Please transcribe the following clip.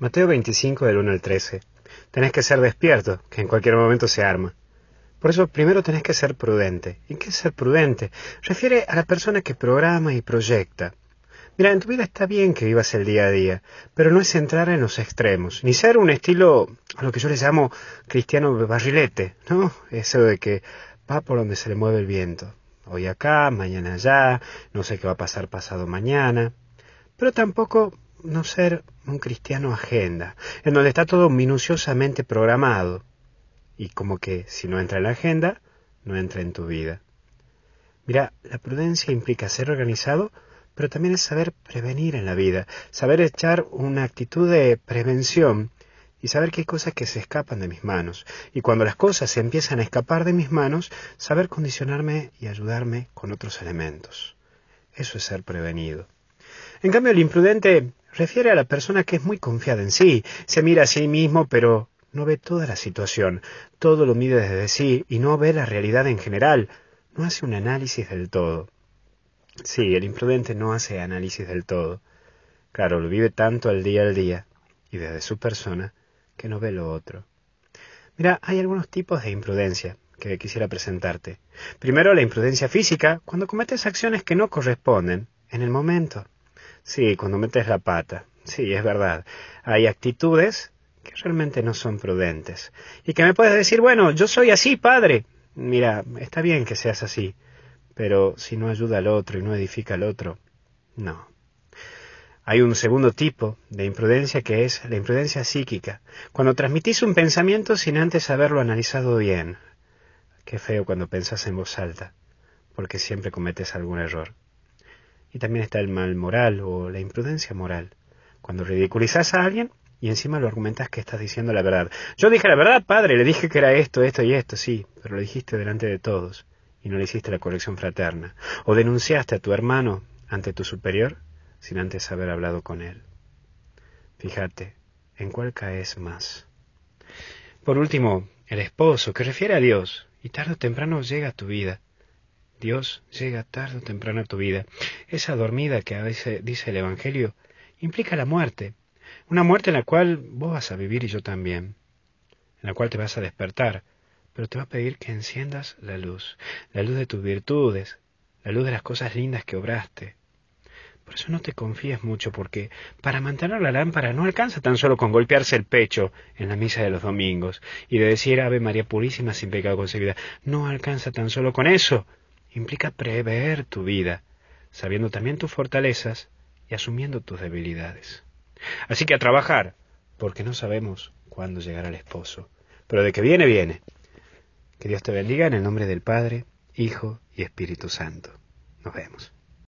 Mateo 25, del 1 al 13. Tenés que ser despierto, que en cualquier momento se arma. Por eso primero tenés que ser prudente. ¿Y qué es ser prudente? Refiere a la persona que programa y proyecta. Mira, en tu vida está bien que vivas el día a día, pero no es entrar en los extremos, ni ser un estilo, a lo que yo les llamo cristiano barrilete, ¿no? Eso de que va por donde se le mueve el viento. Hoy acá, mañana allá, no sé qué va a pasar pasado mañana. Pero tampoco no ser un cristiano agenda, en donde está todo minuciosamente programado. Y como que si no entra en la agenda, no entra en tu vida. Mira, la prudencia implica ser organizado, pero también es saber prevenir en la vida, saber echar una actitud de prevención y saber que hay cosas que se escapan de mis manos. Y cuando las cosas se empiezan a escapar de mis manos, saber condicionarme y ayudarme con otros elementos. Eso es ser prevenido. En cambio, el imprudente refiere a la persona que es muy confiada en sí, se mira a sí mismo, pero no ve toda la situación, todo lo mide desde sí y no ve la realidad en general, no hace un análisis del todo. Sí, el imprudente no hace análisis del todo. Claro, lo vive tanto al día y desde su persona que no ve lo otro. Mira, hay algunos tipos de imprudencia que quisiera presentarte. Primero, la imprudencia física, cuando cometes acciones que no corresponden en el momento. Sí, cuando metes la pata. Sí, es verdad. Hay actitudes que realmente no son prudentes. Y que me puedes decir, bueno, yo soy así, padre. Mira, está bien que seas así, pero si no ayuda al otro y no edifica al otro, no. Hay un segundo tipo de imprudencia que es la imprudencia psíquica. Cuando transmitís un pensamiento sin antes haberlo analizado bien. Qué feo cuando pensás en voz alta, porque siempre cometes algún error. Y también está el mal moral o la imprudencia moral. Cuando ridiculizás a alguien y encima lo argumentas que estás diciendo la verdad. Yo dije la verdad, padre, le dije que era esto, esto y esto, sí, pero lo dijiste delante de todos y no le hiciste la corrección fraterna. O denunciaste a tu hermano ante tu superior sin antes haber hablado con él. Fíjate, ¿en cuál caes más? Por último, el esposo, que refiere a Dios, y tarde o temprano llega a tu vida. Dios llega tarde o temprano a tu vida. Esa dormida que a veces dice el Evangelio implica la muerte. Una muerte en la cual vos vas a vivir y yo también. En la cual te vas a despertar. Pero te va a pedir que enciendas la luz de tus virtudes, la luz de las cosas lindas que obraste. Por eso no te confíes mucho, porque para mantener la lámpara no alcanza tan solo con golpearse el pecho en la misa de los domingos y de decir Ave María Purísima sin pecado concebida. No alcanza tan solo con eso. Implica prever tu vida, sabiendo también tus fortalezas y asumiendo tus debilidades. Así que a trabajar, porque no sabemos cuándo llegará el esposo. Pero de que viene, viene. Que Dios te bendiga en el nombre del Padre, Hijo y Espíritu Santo. Nos vemos.